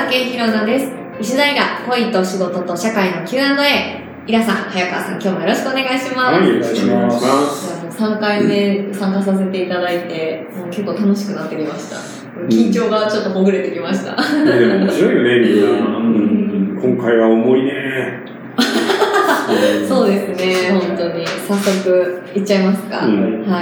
明宏奈です。石田イラ、恋と仕事と社会の Q&A。イラさん、早川さん、今日もよろしくお願いします。 はい、お願いします。 3回目参加させていただいて、もう結構楽しくなってきました。緊張がちょっとほぐれてきました。 でも面白いよね、みんな。今回は重いね。 そうですね、本当に。早速、いっちゃいますか。はい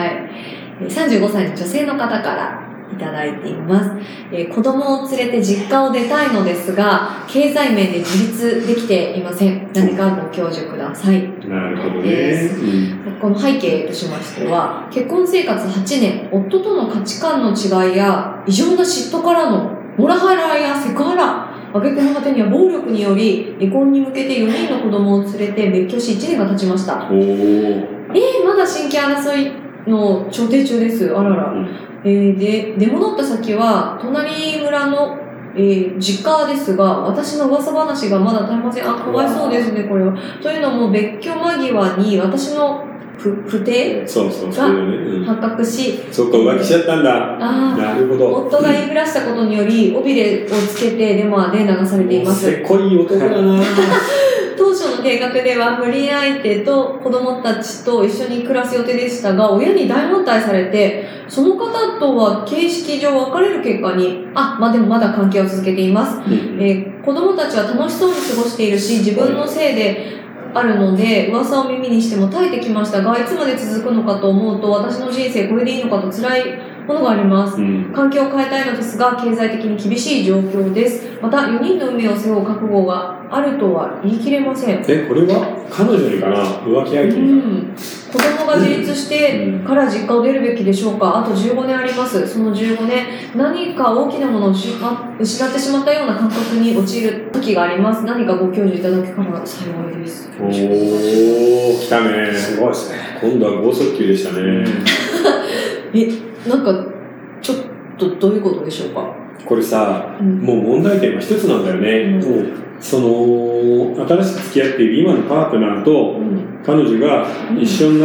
。35歳の女性の方からいただいています。子供を連れて実家を出たいのですが、経済面で自立できていません。何かご教授ください。 なるほどね。 この背景としましては、結婚生活8年、夫との価値観の違いや、異常な嫉妬からのモラハラやセクハラ、挙句の果てには暴力により、離婚に向けて4人の子供を連れて別居し1年が経ちました。まだ親権争いの調停中です。あらら。で、出戻った先は、隣村の、実家ですが、私の噂話がまだ絶えません。かわいそうですね、これは。というのも、別居間際に私の不貞が発覚し、 そっか、浮気しちゃったんだ。なるほど。 夫が言いふらしたことにより、尾びれをつけてデマで流されています。 せっこい男だな。 当初の計画では不倫相手と子供たちと一緒に暮らす予定でしたが、親に大反対されて、その方とは形式上別れる結果に、でもまだ関係を続けています。子供たちは楽しそうに過ごしているし、自分のせいであるので、噂を耳にしても耐えてきましたが、いつまで続くのかと思うと、私の人生これでいいのかと辛いものがあります。環境を変えたいのですが、経済的に厳しい状況です。また、4人の運命を背負う覚悟があるとは言い切れません。 これは彼女にかな、浮気相手にかな。 子供が自立してから実家を出るべきでしょうか。あと15年あります。その15年、何か大きなものを失ってしまったような感覚に陥る時があります。何かご教授いただけから幸いです。 来たね。 すごいですね。 今度は剛速球でしたね。 なんか、ちょっとどういうことでしょうか。 これさ、もう問題点は一つなんだよね。その、新しく付き合っている今のパートナーと、彼女が一緒になって、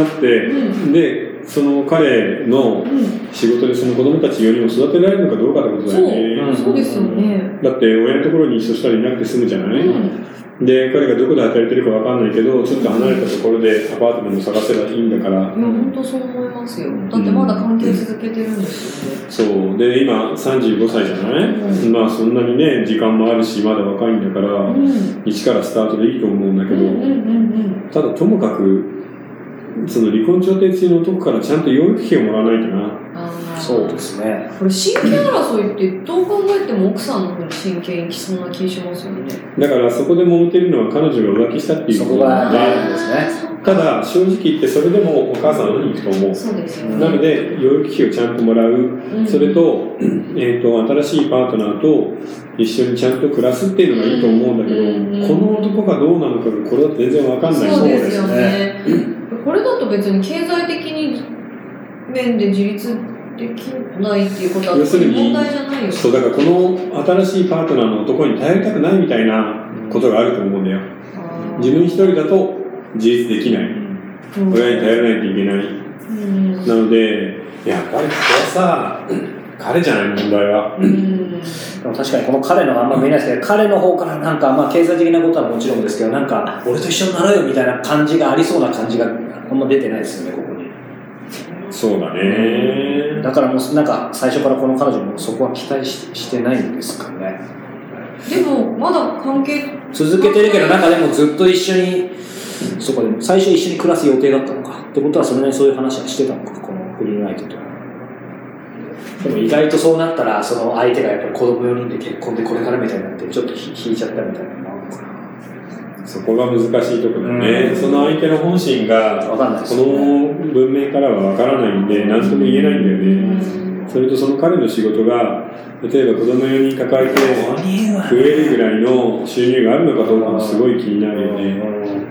で、その彼の仕事でその子供たち4人を育てられるのかどうかってことだよね。 そうですよね。 だって親のところにそしたらいなくて済むじゃない、で、彼がどこで働いてるかわかんないけど、ちょっと離れたところでアパートメント探せばいいんだから。いや、 本当そう思いますよ。だってまだ関係続けてるんですよね。 そう。で、今35歳じゃない、まあそんなにね、時間もあるし、まだ若いんだから、一からスタートでいいと思うんだけど、ただともかく、その離婚調停中の男からちゃんと養育費をもらわないとな。 そうですね。 これ親権争いってどう考えても奥さんの方に親権いきそうな気しますよね。 だからそこで揉めてるのは彼女が浮気したっていうことなんで、ただ正直言ってそれでもお母さんの方に行くと思う。 そうですよね。 なので養育費をちゃんともらう、それと、新しいパートナーと一緒にちゃんと暮らすっていうのがいいと思うんだけど、この男がどうなのかがこれだと全然わかんない。 そうですよね。これだと別に経済的に面で自立できないっていうことは問題じゃないよね。 そう、だからこの新しいパートナーの男に頼りたくないみたいなことがあると思うんだよ。自分一人だと自立できない。親に頼らないといけない。なので、やっぱりこれはさ、彼じゃない問題は。 でも確かにこの彼のあんま見えないですけど、彼の方からなんか、経済的なことはもちろんですけど、なんか、俺と一緒になろうよみたいな感じがありそうな感じがあんま出てないですよね、ここに。 そうだね。 だからもうなんか最初からこの彼女もそこは期待してないんですかね。 でもまだ関係続けてるけど、なんかでもずっと一緒に、そこで最初一緒に暮らす予定だったのかってことは、それなりにそういう話はしてたのか、この不倫相手と。でも意外とそうなったら、その相手がやっぱり子供4人で結婚でこれからみたいになってちょっと引いちゃったみたいなのもあるのかな。 そこが難しいところだね。その相手の本心がこの文明からは分からないんで何とも言えないんだよね。それとその彼の仕事が例えば子供4人抱えて増えるぐらいの収入があるのかどうかもすごい気になるよね。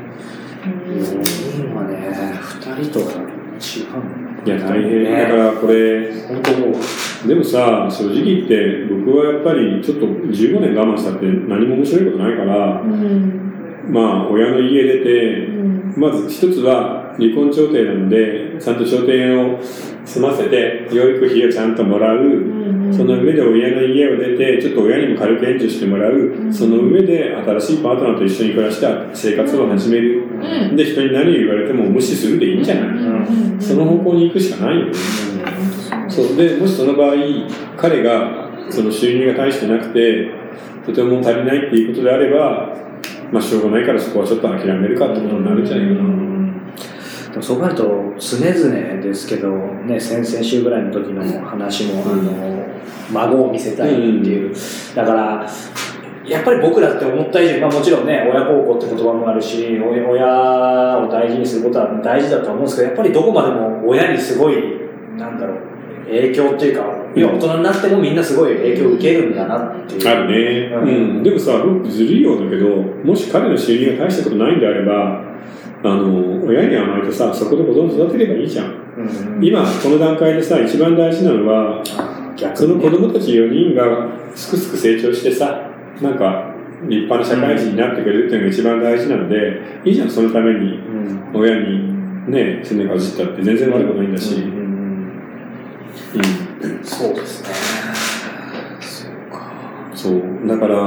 4人はね、2人とは違う。 いや大変だからこれ本当もうでもさ、正直言って僕はやっぱりちょっと15年我慢したって何も面白いことないから、まあ親の家出て、まず一つは離婚調停なのでちゃんと調停を済ませて養育費をちゃんともらう、 その上で親の家を出てちょっと親にも軽く援助してもらう、その上で新しいパートナーと一緒に暮らして生活を始める、で人に何を言われても無視するでいいんじゃない、その方向に行くしかないよね、そうでもしその場合彼がその収入が大してなくてとても足りないっていうことであれば、まあ、しょうがないからそこはちょっと諦めるかってことになるんじゃないかな。 でもそうなると常々ですけど、ね、先々週ぐらいの時の話も、孫を見せたいっていう、だからやっぱり僕らって思った以上に、まあ、もちろんね親孝行って言葉もあるし親を大事にすることは大事だと思うんですけど、やっぱりどこまでも親にすごいなんだろう影響っていうか、大人になってもみんなすごい影響を受けるんだなっていう。 あるね。でもさ、僕ずるいようだけど、もし彼の収入が大したことないんであれば、親に甘えてさ、そこで子供を育てればいいじゃん。今、この段階でさ、一番大事なのは、その子供たち4人がすくすく成長してさ、なんか、立派な社会人になってくれるっていうのが一番大事なので、いいじゃん、そのために、親にね、すねかじったって全然悪くないんだし。 そうですね。 そうか。そう。だから、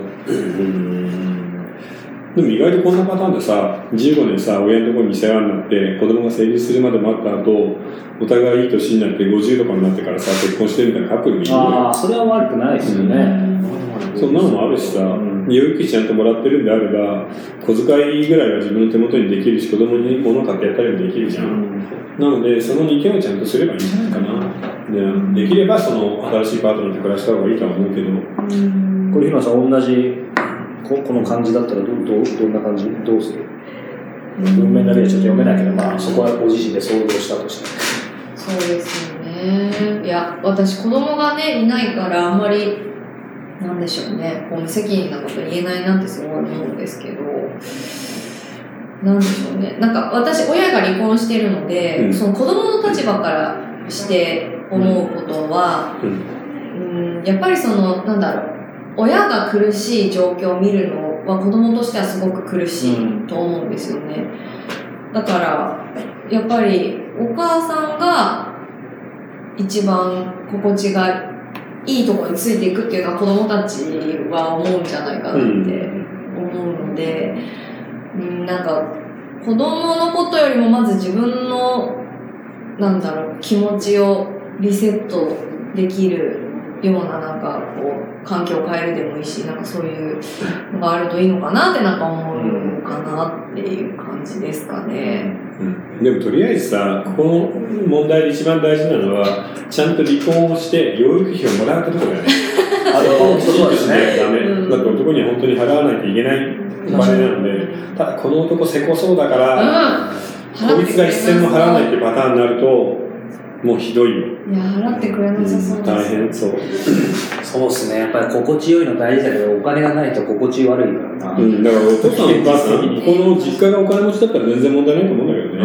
でも意外とこんなパターンでさ、15年さ、親のところに世話になって、子供が成立するまで待った後、お互いいい年になって50とかになってからさ、結婚してるみたいなカップルもいるよね。 ああ、それは悪くないですよね。 そんなのもあるしさ、養育費ちゃんともらってるんであれば、小遣いぐらいは自分の手元にできるし、子供に物を買ってやったりもできるじゃん。なので、その2件をちゃんとすればいいんじゃないかな。できれば、その新しいパートナーと暮らした方がいいとは思うけど。 これ、ひなさん、同じこの感じだったらどんな感じどうする？文面だけでちょっと読めないけど、まあ、そこはご自身で想像したとして。 そうですよね。いや、私、子供がね、いないから、あんまり、なんでしょうね、無責任なこと言えないなってすごい思うんですけど、なんでしょうね。なんか、私、親が離婚してるので、その子供の立場からして思うことは、やっぱりその、なんだろう、親が苦しい状況を見るのは子供としてはすごく苦しいと思うんですよね。だからやっぱりお母さんが一番心地がいいところについていくっていうのは子供たちは思うんじゃないかなって思うので、なんか子供のことよりもまず自分のなんだろう気持ちをリセットできるようななんかこう環境を変えるでもいいし、なんかそういうのがあるといいのかなってなんか思うのかなっていう感じですかね。 でもとりあえずさ、この問題で一番大事なのはちゃんと離婚をして養育費をもらうことだよね。 そうですね。 ダメ。だって男には本当に払わないといけないお金なので、ただこの男せこそうだから、こいつが一銭も払わないってパターンになるともうひどいよ。 いや、払ってくれなさそうです。 大変そう。 そうですね。やっぱり心地よいの大事だけど、お金がないと心地悪いからな。 だからお父さんお母さん、この実家がお金持ちだったら全然問題ないと思うんだけどね。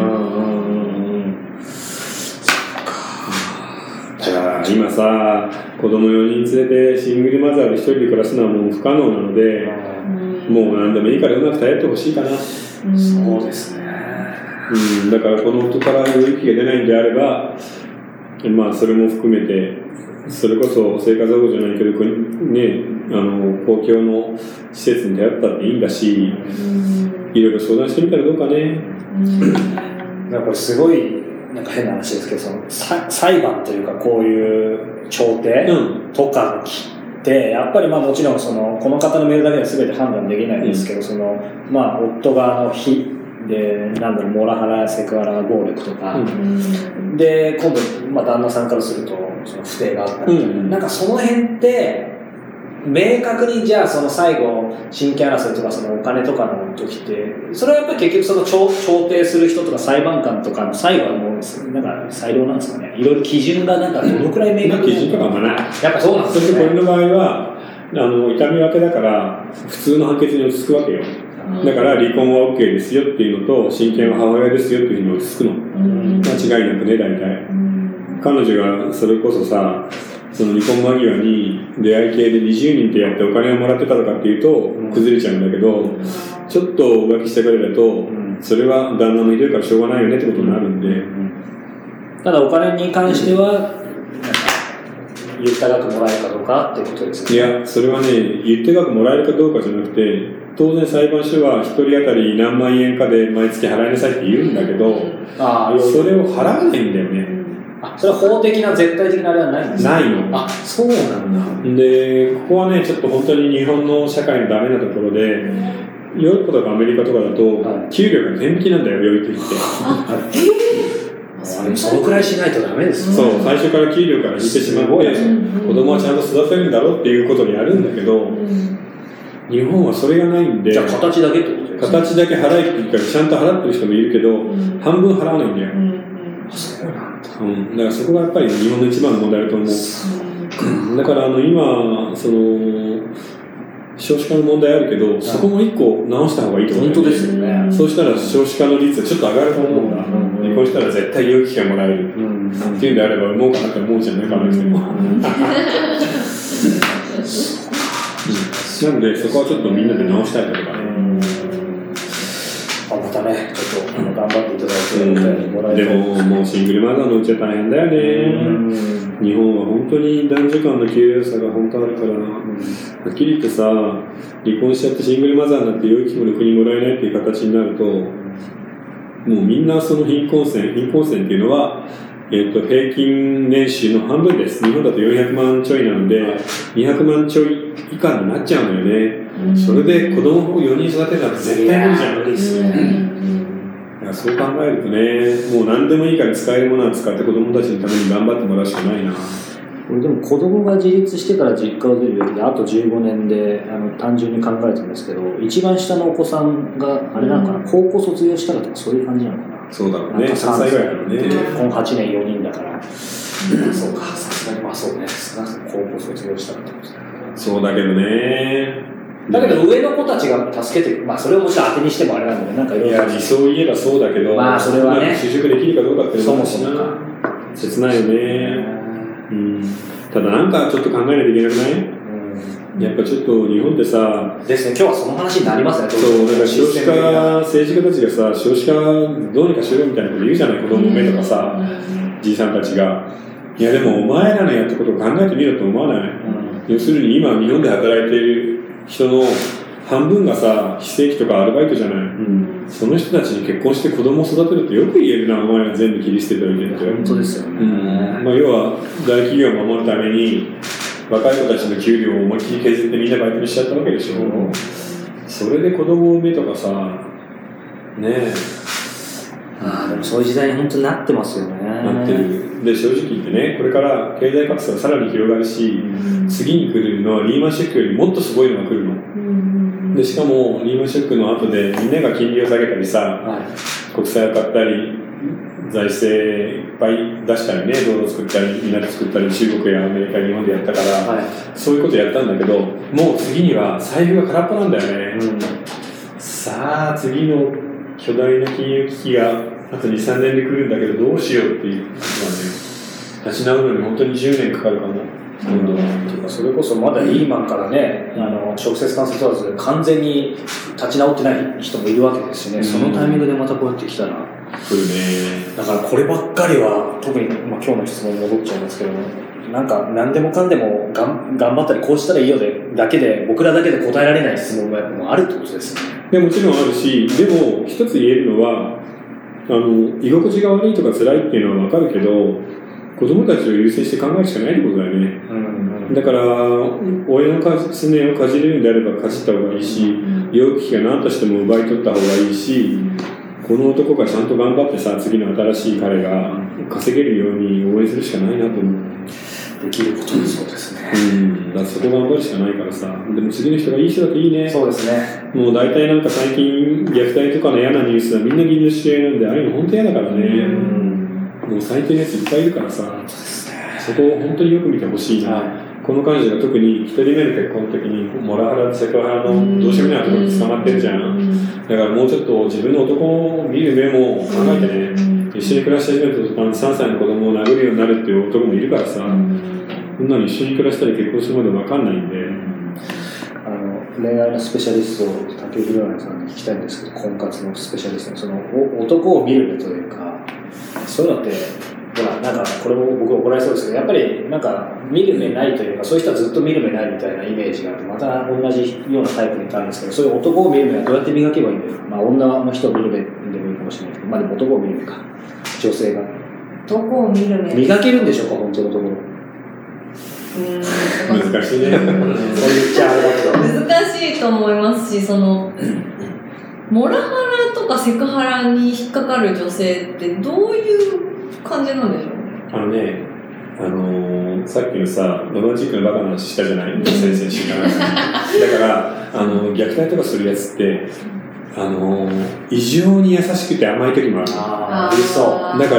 じゃあ今さ、子供4人連れてシングルマザーで一人で暮らすのはもう不可能なので、もう何でもいいからうまく頼ってほしいかな。 そうですね。 だからこの夫から養育費が出ないんであれば、まあそれも含めて、それこそ生活保護じゃないけど、ね、公共の施設に頼ったっていいんだし、いろいろ相談してみたらどうかね。 やっぱりすごい、なんか変な話ですけど、その裁判というかこういう調停とかの木って、やっぱりまあもちろんそのこの方のメールだけでは全て判断できないですけど、そのまあ夫側の非でなんだろうモラハラセクハラ暴力とか、で今度まあ旦那さんからするとその不正があったり、なんかその辺って明確にじゃあその最後親権争いとかそのお金とかの時ってそれはやっぱり結局その調停する人とか裁判官とかの最後はもうなんか裁量なんですかね。いろいろ基準がなんかどのくらい明確基準とかもない。 やっぱそうなんですね。 そしてこれの場合は痛み分けだから普通の判決に落ち着くわけよ。だから離婚は OK ですよっていうのと親権は母親ですよっていうふうに落ち着くの。間違いなくね、大体。彼女がそれこそさ、その離婚間際に出会い系で20人ってやってお金をもらってたとかっていうと崩れちゃうんだけど、ちょっと浮気してくれると、それは旦那のひどいからしょうがないよねってことになるんで。 ただお金に関しては、 言った額もらえるかどうかっていうことですね。 いや、それはね、言った額もらえるかどうかじゃなくて、当然裁判所は1人当たり何万円かで毎月払いなさいって言うんだけど、それを払わないんだよね。 それは法的な絶対的なあれはないんですか？ ないの。 そうなんだ。 で、ここはね、ちょっと本当に日本の社会のダメなところで、ヨーロッパとかアメリカとかだと、給料が天引きなんだよ、養育費って。 そのくらいしないとダメですね。 そう、最初から給料から引いてしまって、子供はちゃんと育てるんだろうっていうことをやるんだけど、日本はそれがないんで、 じゃあ形だけってことですか？ 形だけ払えって言うからちゃんと払ってる人もいるけど、半分払わないんだよ。 そうなんだ。 だからそこがやっぱり日本の一番の問題だと思う。だから今、少子化の問題あるけど、そこも一個直した方がいいと思う。 本当ですよね。 そうしたら少子化の率がちょっと上がると思うんだ。離婚したら絶対養育費がもらえる。っていうんであれば、産もうかなって思うじゃないかなくても。なんで、そこはちょっとみんなで直したいとかね。 またね、ちょっと頑張っていただいてもらえる。 でも、もうシングルマザーのうちは大変だよね。日本は本当に男女間の給料差が本当あるから、はっきり言ってさ、離婚しちゃってシングルマザーになって養育費もろくにもらえないっていう形になると、もうみんなその貧困線っていうのは、平均年収の半分です。日本だと400万ちょいなので、200万ちょい以下になっちゃうんだよね。それで子供を4人育てるなんて絶対無理じゃん。ですね。そう考えるとね、もう何でもいいから使えるものは使って子供たちのために頑張ってもらうしかないな。 これでも子供が自立してから実家を出るよりであと15年で単純に考えてるんですけど、一番下のお子さんがあれなのかな、高校卒業したらとかそういう感じなのかな。 そうだろうね。3歳ぐらいだろうね。 結婚8年4人だから。そうか、さすがにまあそうね。少なくとも高校卒業したらってことですね。 そうだけどね。 だけど上の子たちが助けて、まあそれをもちろん当てにしてもあれなんだけど、なんかいろいろ。 いや、理想を言えばそうだけど、 まあそれはね。 就職できるかどうかっていうのもそもそもか。 切ないよね。ただなんかちょっと考えないといけなくない？やっぱちょっと日本ってさ、 ですね、今日はその話になりますね。 そう、だから少子化、政治家たちがさ、少子化どうにかしろみたいなこと言うじゃない、子供目とかさ、じいさんたちが。いやでもお前らのやったことを考えてみろと思わない？要するに今日本で働いている人の半分がさ、非正規とかアルバイトじゃない、その人たちに結婚して子供を育てるってよく言えるな、お前ら全部切り捨てておいてって。 本当ですよね。 まあ、要は大企業を守るために若い子たちの給料を思いっきり削ってみんなバイトにしちゃったわけでしょ。それで子供を産めとかさ、ねえ。 でもそういう時代に本当になってますよね。 なってる。で、正直言ってね、これから経済格差がさらに広がるし、次に来るのはリーマンショックよりもっとすごいのが来るの。で、しかもリーマンショックの後でみんなが金利を下げたりさ、国債を買ったり、財政いっぱい出したりね、道路作ったり、港作ったり、中国やアメリカ、日本でやったから、そういうことやったんだけど、もう次には財布が空っぽなんだよね。さあ、次の巨大な金融危機があと2、3年で来るんだけど、どうしようっていうことなんで、立ち直るのに本当に10年かかるかも。 それこそまだリーマンからね、直接関節問わず完全に立ち直ってない人もいるわけですしね、そのタイミングでまたこうやって来たら、 来るね。 だからこればっかりは、特に、今日の質問に戻っちゃいますけど、なんか何でもかんでも頑張ったりこうしたらいいよだけで、僕らだけで答えられない質問がもあるってことですよね。 もちろんあるし、でも一つ言えるのは、居心地が悪いとか辛いっていうのはわかるけど、子供たちを優先して考えるしかないってことだよね。だから、親のすねをかじれるんであればかじった方がいいし、養育費が何としても奪い取った方がいいし、この男がちゃんと頑張ってさ、次の新しい彼が稼げるように応援するしかないなと思う。 できることもそうですね。 だからそこ頑張るしかないからさ。でも次の人がいい人だといいね。 そうですね。 もう大体なんか最近虐待とかの嫌なニュースはみんな銀の知り合いなんで、ああいうの本当嫌だからね。もう最低のやついっぱいいるからさ。そこを本当によく見てほしいな。この彼女が特に一人目の結婚の時にモラハラ、セクハラのどうしようもないところに捕まってるじゃん。だからもうちょっと自分の男を見る目も考えてね、一緒に暮らし始めると3歳の子供を殴るようになるっていう男もいるからさ、そんなに一緒に暮らしたり結婚するまで分かんないんで。 恋愛のスペシャリスト、竹内涼さんに聞きたいんですけど、婚活のスペシャリストのその男を見る目というか、そういうのってほら、なんかこれも僕怒られそうですけど、やっぱりなんか見る目ないというか、そういう人はずっと見る目ないみたいなイメージがあって、また同じようなタイプにいたんですけど、そういう男を見る目はどうやって磨けばいいんだよ。まあ女の人を見る目でもいいかもしれないけど、まあでも男を見る目か。女性が。 男を見る目。 磨けるんでしょうか、本当のところ。 難しいね。 そう言っちゃうだけど。 難しいと思いますし、モラハラとかセクハラに引っかかる女性ってどういう感じなんでしょうね。 さっきのさ、ロマンチックなバカな話したじゃない、先々週から。だから、虐待とかするやつって、異常に優しくて甘い時もある。 ありそう。 だから、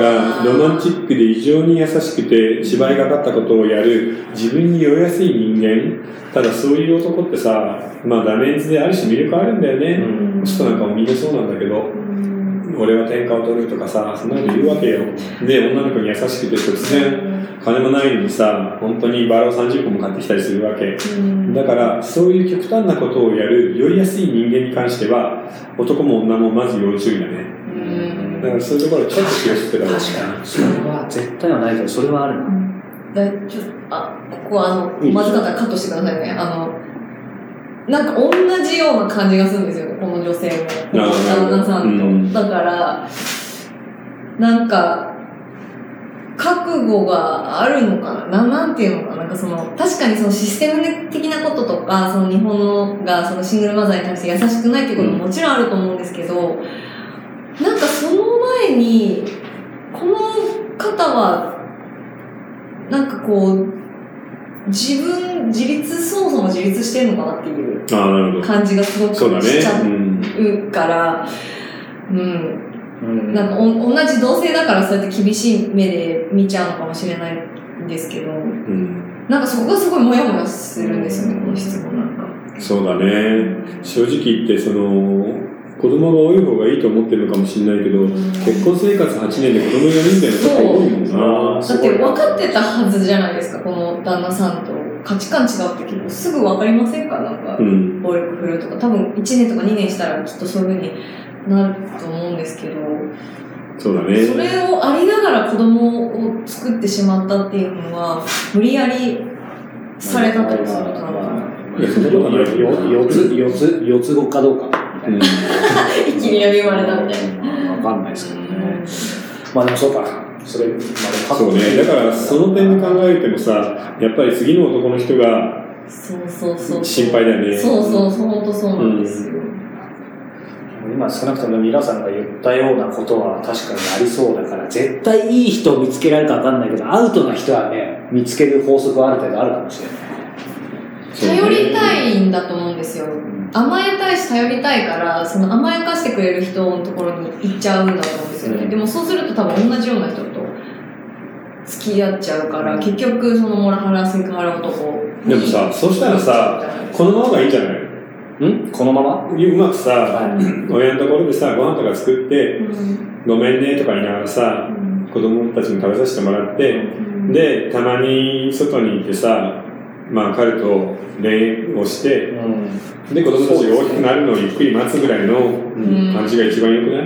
ロマンチックで異常に優しくて、芝居がかったことをやる、自分に酔いやすい人間。ただそういう男ってさ、まあダメンズである種魅力あるんだよね。人なんかもみんなそうなんだけど、俺は天下を取るとかさ、そんなこと言うわけよ。で、女の子に優しくて突然、金もないのにさ、本当にバラを30個も買ってきたりするわけ。だから、そういう極端なことをやる、酔いやすい人間に関しては、男も女もまず要注意だね。だからそういうところちょっと気をつけたら。 確かに。それは絶対はないけど、それはあるな。 ここはまずかったらカットしてくださいね。なんか同じような感じがするんですよ、この女性も。旦那さんと。だから、なんか、覚悟があるのかな、なんていうのかな、なんか確かにシステム的なこととか、日本のがシングルマザーに対して優しくないっていうことももちろんあると思うんですけど、なんかその前に、この方は、なんかそもそも自立してるのかなっていう感じがすごくしちゃうから、なんか同じ同性だからそうやって厳しい目で見ちゃうのかもしれないんですけど、なんかそこがすごいモヤモヤするんですよね、この質問なんか。 そうだね。正直言って子供が多い方がいいと思ってるのかもしれないけど、結婚生活8年で子供4人で結構多いもんな。 だって分かってたはずじゃないですか、この旦那さんと価値観違うって結構すぐ分かりませんか、なんか、暴力振るうとか、多分1年とか2年したらきっとそういう風になると思うんですけど、 そうだね。 それをありながら子供を作ってしまったっていうのは、無理やりされたとするとなんか、 四つ子かどうか。 いきなり言われたみたいな。 わかんないですけどね。まあでもそうか。 そうね。だからその点で考えてもさ、やっぱり次の男の人が心配だよね。 そう、本当そうなんですよ。 今少なくとも皆さんが言ったようなことは確かにありそうだから、絶対いい人を見つけられるかわかんないけど、アウトな人はね、見つける法則はある程度あるかもしれない。 頼りたいんだと思うんですよ。甘えたいし頼りたいから、甘やかしてくれる人のところに行っちゃうんだと思うんですよね。でもそうすると多分同じような人と付き合っちゃうから、結局モラハラ、セクハラ男。 でもさ、そしたらさ、このままがいいんじゃない？ このまま？ うまくさ、親のところでさ、ご飯とか作って、ごめんねとか言いながらさ、子供たちに食べさせてもらって、で、たまに外に行ってさ、まあ彼と恋愛をして、で子供たちが大きくなるのをゆっくり待つぐらいの感じが一番良くない？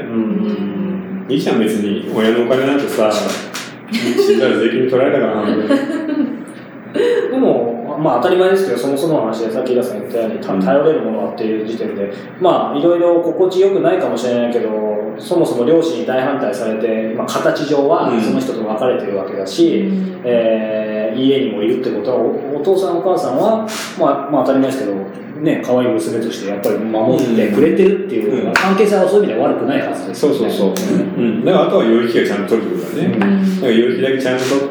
いいじゃん、別に親のお金なんてさ、死んだら税金取られたからな。 でも、まあ当たり前ですけど、そもそもの話でさっき井田さん言ったように、頼れるものはっていう時点で、まあいろいろ心地よくないかもしれないけど、そもそも両親に大反対されて、まあ、形上はその人と別れてるわけだし、家にもいるってことは、お父さんお母さんは、まあ当たり前ですけど、ね、可愛い娘としてやっぱり守ってくれてるっていう、関係性はそういう意味では悪くないはずですよね。 そう。だからあとは養育費はちゃんと取るってことだね。だから養育費だけちゃんと取って、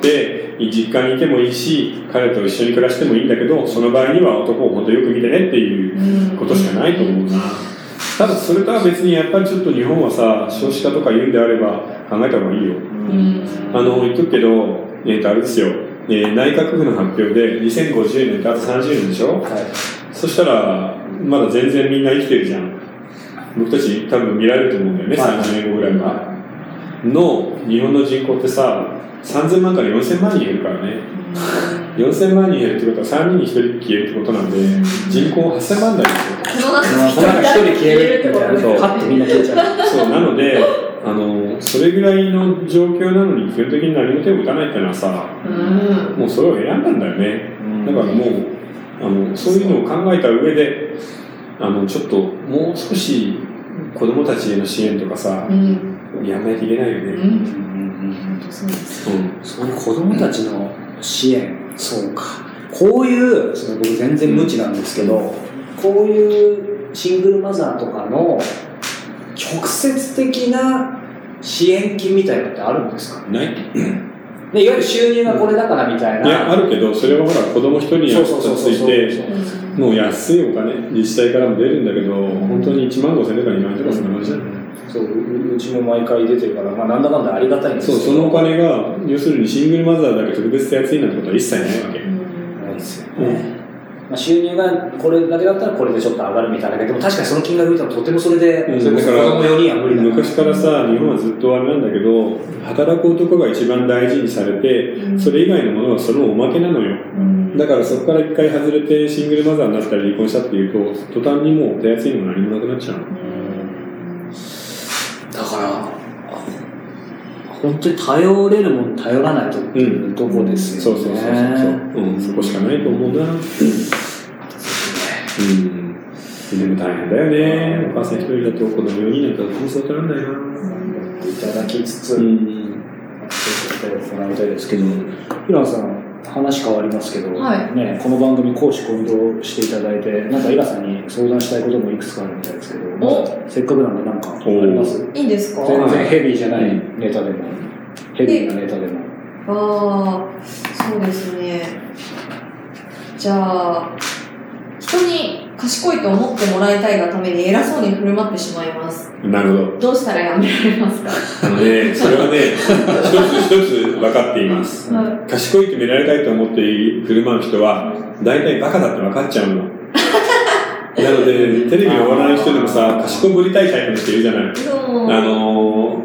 実家にいてもいいし、彼と一緒に暮らしてもいいんだけど、その場合には男を本当よく見てねっていうことしかないと思うな。ただそれとは別にやっぱりちょっと日本はさ、少子化とか言うんであれば考えた方がいいよ。言っとくけど、あれですよ、内閣府の発表で2050年とあと30年でしょ、そしたらまだ全然みんな生きてるじゃん。僕たち多分見られると思うんだよね、30年後ぐらいは。の日本の人口ってさ、3000万から4000万人いるからね。4000万人減るってことは3人に1人消えるってことなんで、人口8000万台ですよ。 その中1人消えるってことは、パッとみんな消えちゃう。 そう、なので、 それぐらいの状況なのに基本的に何も手を打たないっていうのはさ、もうそれを選んだんだよね。だからもうそういうのを考えた上でちょっともう少し子供たちへの支援とかさ、やんないといけないよね。 そういう子供たちの支援、そうか。こういう僕全然無知なんですけど、こういうシングルマザーとかの直接的な支援金みたいなのってあるんですか？ ない。 でいわゆる収入がこれだからみたいな。 いや、あるけど、それはほら子供一人について、もう安いお金、自治体からも出るんだけど、本当に1万5千とか2万円とかそんな感じじゃない。 そう、うちも毎回出てるから、なんだかんだありがたいんですけど。 そう、そのお金が、要するにシングルマザーだけ特別手厚いなんてことは一切ないわけ。 ないですよね。収入がこれだけだったらこれでちょっと上がるみたいな。でも確かにその金額見たらとてもそれで、それこそ子供4人は無理だな。 昔からさ、日本はずっとあれなんだけど、働く男が一番大事にされて、それ以外のものはそのおまけなのよ。だからそこから一回外れてシングルマザーになったり離婚したっていうと、途端にもう手厚いのが何もなくなっちゃう。 だから本当に頼れるもの頼らないとっていうとこですよね。 そこしかないと思うな。でも大変だよね。お母さん一人だと子供4人なんかどうせ当たらないな。 いただきつつ、行いたいですけど、平野さん、話変わりますけど、ね、この番組講師講導していただいて、なんかイラさんに相談したいこともいくつかあるみたいですけど、せっかくなんでなんかあります？ いいんですか？ 全然ヘビーじゃないネタでも、ヘビーなネタでも。 そうですね。じゃあ、人に賢いと思ってもらいたいがために偉そうに振る舞ってしまいます。 なるほど。 どうしたらやめられますか？ それはね、一つ分かっています。賢いと見られたいと思って振る舞う人は、大体バカだって分かっちゃうの。なので、テレビのお笑いの人でもさ、賢ぶりたいタイプの人いるじゃない。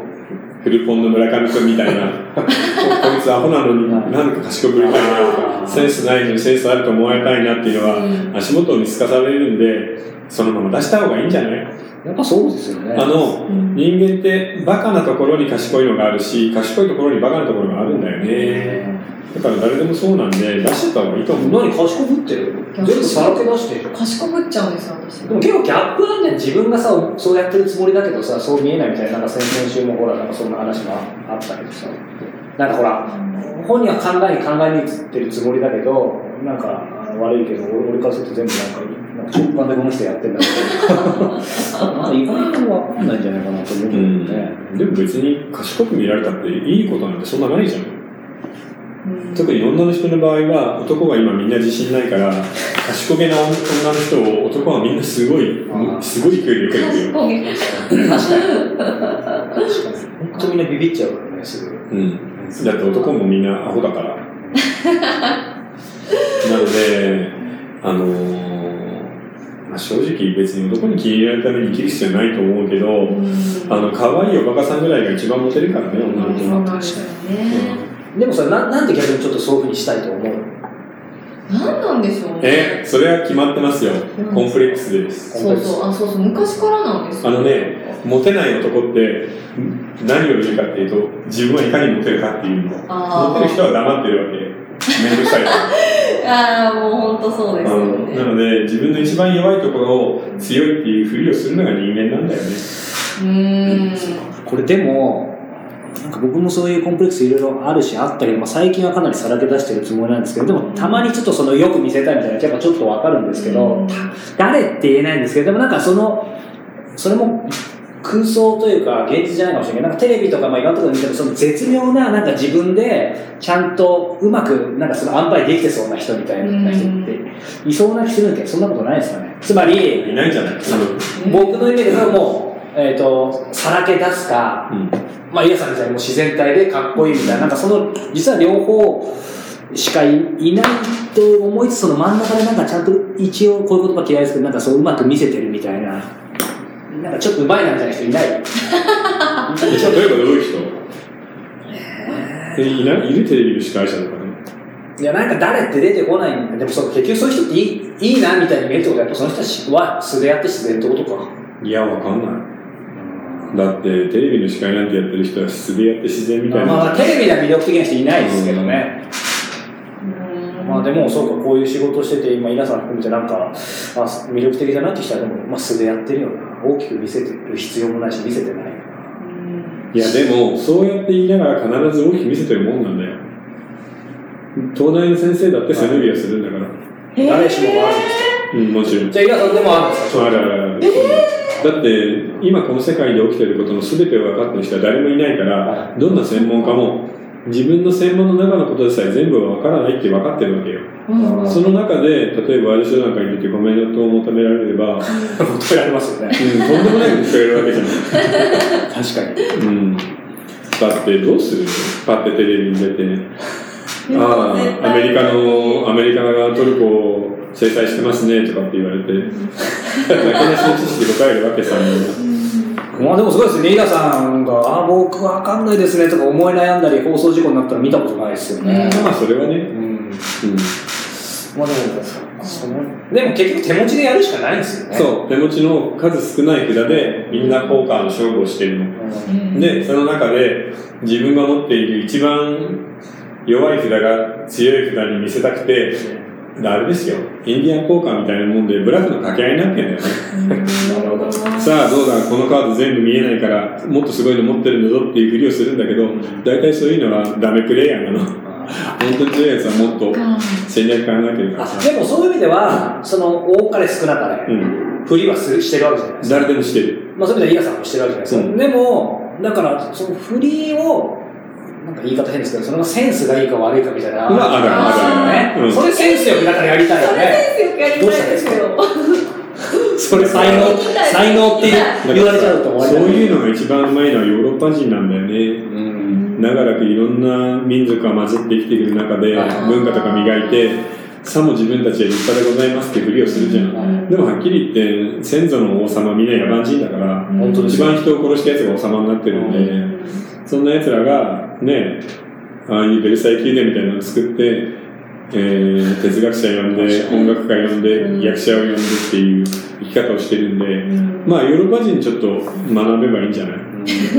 フルポンの村上君みたいな、こいつアホなのになんか賢ぶりたいな、センスないのにセンスあると思われたいなっていうのは、足元を見透かされるんで、そのまま出した方がいいんじゃない？ やっぱそうですよね。 人間ってバカなところに賢いのがあるし、賢いところにバカなところがあるんだよね。だから誰でもそうなんで、出しちゃった方がいいと思う。 何賢ぶってる？全部さらけ出してる。 賢ぶっちゃうんですよ、私。 でも結構ギャップなんだよ。自分がさ、そうやってるつもりだけどさ、そう見えないみたいな、なんか先々週もほら、なんかそんな話があったけどさ。なんかほら、本人は考えに映ってるつもりだけど、なんか悪いけど、俺からすると全部なんか直感でこの人やってんだけど、なんか意外とわかんないんじゃないかなと思うんだよね。 でも別に賢く見られたっていいことなんてそんなないじゃん。特に女の人の場合は、男が今みんな自信ないから、賢げな女の人を男はみんなすごい勢いで受けるよ。 確かに。本当みんなビビっちゃうからね、すぐ。 だって男もみんなアホだから。なので、正直別に男に気に入られるために生きる必要はないと思うけど、可愛いおバカさんぐらいが一番モテるからね、女の子は。 確かにね。 でもさ、なんで逆にちょっとそういうふうにしたいと思う？ 何なんでしょうね。 それは決まってますよ。コンプレックスです。 そう昔からなんですよ。 モテない男って何を言うかっていうと、自分はいかにモテるかっていうの。モテる人は黙ってるわけ。めんどくさいから。 もう本当そうですよね。 なので、自分の一番弱いところを強いっていうふりをするのが人間なんだよね。 これでも、なんか僕もそういうコンプレックスいろいろあるしあったけど、最近はかなりさらけ出してるつもりなんですけど、でもたまにちょっとよく見せたいみたいなやっぱちょっとわかるんですけど、誰って言えないんですけど、でもなんかそれも空想というか現実じゃないかもしれないけど、なんかテレビとかいろんなところで見てもその絶妙ななんか自分でちゃんとうまくなんかその塩梅できてそうな人みたいな人っていそうな気するんだけど、そんなことないですかね。つまりいないんじゃない？ 僕のイメージではもうさらけ出すか、イヤさんみたいにもう自然体でかっこいいみたいな、なんか実は両方しかいないと思いつつ、その真ん中でなんかちゃんと一応こういう言葉嫌いですけど、なんかそううまく見せてるみたいな、なんかちょっとうまいなみたいな人いない？例えばどういう人？いるテレビの司会者とかね。 いや、なんか誰って出てこないんだ。でも結局そういう人っていいなみたいに見えるってことは、やっぱその人たちは素でやって自然ってことか。 いや、わかんない。 だってテレビの司会なんてやってる人は素でやって自然みたいな。 まあテレビでは魅力的な人いないですけどね。まあでもそうか、こういう仕事してて今皆さん含めてなんか魅力的だなって人はでもまあ素でやってるよな。大きく見せてる必要もないし見せてないよな。 いやでもそうやって言いながら必ず大きく見せてるもんなんだよ。東大の先生だって背伸びはするんだから。 誰しもがあるんですか？ もちろん。 じゃあ、伊賀さんでもあるんですか？ あるあるある。だって、今この世界で起きてることの全てを分かってる人は誰もいないから、どんな専門家も自分の専門の中のことでさえ全部は分からないって分かってるわけよ。その中で、例えば私なんかに言ってコメントを求められれば、 求められますよね。 とんでもないこと聞かれるわけじゃない。 確かに。 だってどうするの？パッてテレビに出て、アメリカがトルコを制裁してますねとかって言われて、だけなしの知識で答えるわけさ。 まあでもすごいですね。伊賀さんが、僕わかんないですねとか思い悩んだり放送事故になったら見たことないですよね。 まあそれはね。 まあでも結局手持ちでやるしかないんですよね。 そう、手持ちの数少ない札でみんなポーカーの勝負をしてるの。で、その中で自分が持っている一番弱い札が強い札に見せたくて、あれですよ、インディアンポーカーみたいなもんでブラフの掛け合いになってんだよね。なるほど。さあどうだ、このカード全部見えないからもっとすごいの持ってるんだぞっていうふりをするんだけど、大体そういうのはダメプレイヤーなの。本当に強いやつはもっと戦略考えてるからさ。 でもそういう意味では、その多かれ少なかれ、振りはしてるわけじゃないですか。 誰でもしてる。 まあそういう意味では伊賀さんもしてるわけじゃないですか。でも、だからその振りを、なんか言い方変ですけど、そのセンスがいいか悪いかみたいな。 ある。 それセンスよくだからやりたいよね。 それセンスよくやりたいですよ。 それ才能って言われちゃうと思う。 そういうのが一番うまいのはヨーロッパ人なんだよね。長らくいろんな民族が混じって生きてくる中で文化とか磨いて、さも自分たちは立派でございますってふりをするじゃん。でもはっきり言って先祖の王様みんな野蛮人だから、一番人を殺したやつが王様になってるんで、そんなやつらがね、ああいうベルサイユ宮殿みたいなのを作って、哲学者呼んで音楽家呼んで役者を呼んでっていう生き方をしてるんで、まあヨーロッパ人ちょっと学べばいいんじゃない？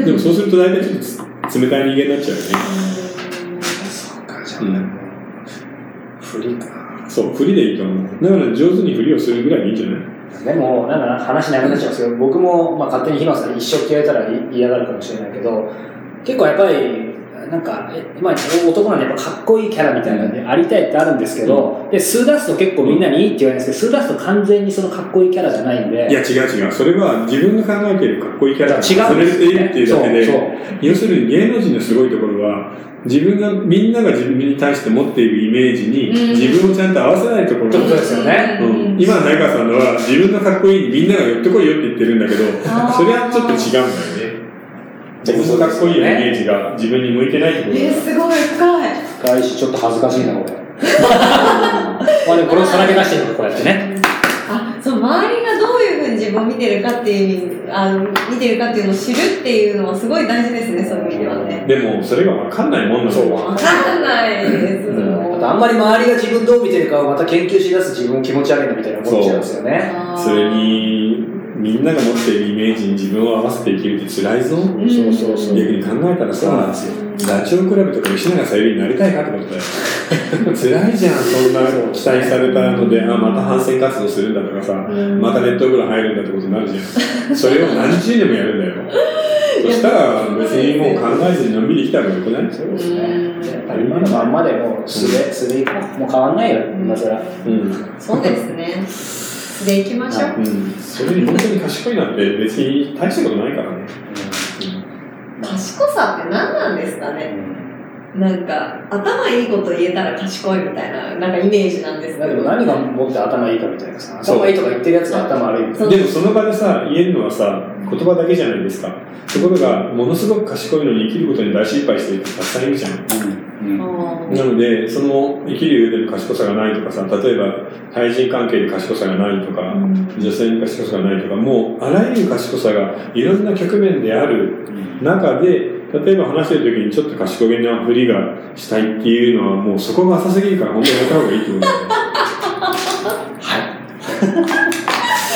でもそうすると大体ちょっと冷たい人間になっちゃうよね。 そうか、じゃあ振りか。 そう、振りでいいと思う。だから上手に振りをするぐらいでいいんじゃない？ でも、なんか話長くなっちゃうんですけど、僕も、まあ、勝手に日野さん一生嫌いたら嫌がるかもしれないけど、結構やっぱり、なんか、まあ、男なんでやっぱかっこいいキャラみたいなのでありたいってあるんですけど、で、数出すと結構みんなにいいって言われるんですけど、数出すと完全にそのかっこいいキャラじゃないんで。 いや、違う。それは自分が考えているかっこいいキャラが外れているっていうだけで、要するに芸能人のすごいところは、みんなが自分に対して持っているイメージに自分をちゃんと合わせないところなんですよね。 今の中川さんのは自分がかっこいいにみんなが寄ってこいよって言ってるんだけど、それはちょっと違うんだよね。自分のかっこいいイメージが自分に向いてないってことだ。 すごい深い。 深いし、ちょっと恥ずかしいな、これ。まあでもこれをさらけ出してるの、こうやってね。 そう、周りがどういうふうに自分を見てるかっていうのを知るっていうのはすごい大事ですね、そういう意味ではね。 でも、それが分かんないもんなんだよ。 分かんないです。 あんまり周りが自分どう見てるかをまた研究しだす自分を気持ち悪いなみたいな思っちゃうんですよね。 それに、みんなが持っているイメージに自分を合わせて生きるって辛いぞ。そう。逆に考えたらさ、ダチョウ倶楽部とか吉永小百合になりたいかってことだよ。辛いじゃん、そんな期待されたので、また反戦活動するんだとかさ、またネット風呂入るんだってことになるじゃん。それを何十年もやるんだよ。そしたら別にもう考えずにのんびり生きたらよくない？そうですね。やっぱり今のまんまでもう素でいこう。もう変わんないよ、今更。 そうですね。素でいきましょう。 それに本当に賢いなんて別に大したことないからね。 賢さって何なんですかね？なんか頭いいこと言えたら賢いみたいな、なんかイメージなんですけど。 でも何が持って頭いいかみたいなさ、頭いいとか言ってるやつが頭悪いみたいな。 でもその場でさ、言えるのはさ、言葉だけじゃないですか。ところが、ものすごく賢いのに生きることに大失敗している人たくさんいるじゃん。なので、その生きる上での賢さがないとかさ、例えば対人関係で賢さがないとか、女性に賢さがないとか、もうあらゆる賢さがいろんな局面である中で、例えば話してる時にちょっと賢げなふりがしたいっていうのはもうそこが浅すぎるから本当にやった方がいいってことだよね。 確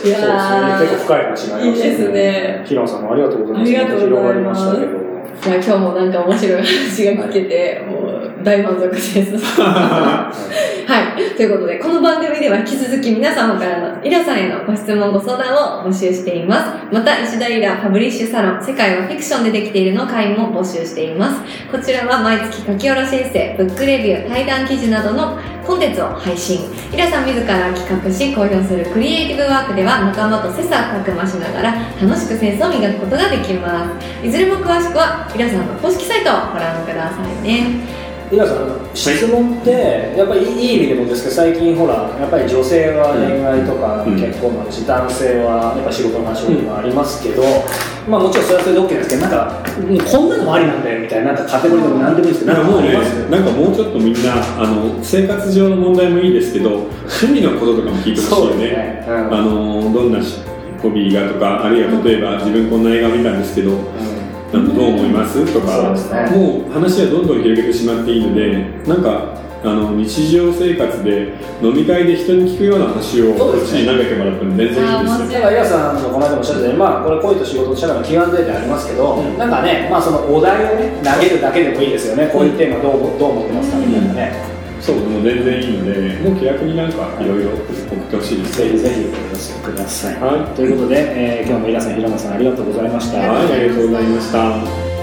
いやー結構深い話になりましたね。 いいですね。 平野さんもありがとうございます。 ありがとうございます。 広がりましたけど。 いや、今日もなんか面白い話が聞けて、もう大満足です。はい。ということで、この番組では引き続き皆様からのイラさんへのご質問、ご相談を募集しています。また、石田イラパブリッシュサロン、世界はフィクションでできているの会も募集しています。こちらは毎月書き下ろしエッセイ、ブックレビュー、対談記事などのコンテンツを配信。イラさん自ら企画し、公表するクリエイティブワークでは仲間と切磋琢磨しながら楽しくセンスを磨くことができます。いずれも詳しくはイラさんの公式サイトをご覧くださいね。 皆さん、質問ってやっぱりいい意味でもですけど、最近ほらやっぱり女性は恋愛とか結婚もあるし、男性はやっぱ仕事の話もありますけど、まあもちろんそれはそれで OK ですけど、なんかこんなのもありなんだよみたいな、なんかカテゴリーでも何でもいいですけど、なんかもうね、 なんかもうちょっとみんな生活上の問題もいいですけど、趣味のこととかも聞いてほしいよね。どんなホビーがとか、あるいは例えば自分こんな映画見たんですけど、どう思いますとか、もう話はどんどん広げてしまっていいので、なんか日常生活で飲み会で人に聞くような話をこっちに投げてもらっても全然いいですよ。 イヤさんのこの間もおっしゃってて、まあこれ恋と仕事と社会の Q&A でありますけど、なんかね、まあそのお題をね投げるだけでもいいですよね。こういうテーマどう思ってますかみたいなね。 そう、もう全然いいので、もう気楽になんかいろいろ送ってほしいです。 ぜひぜひお寄せください。 はい。 ということで、今日もイラさん、平野さんありがとうございました。 はい、ありがとうございました。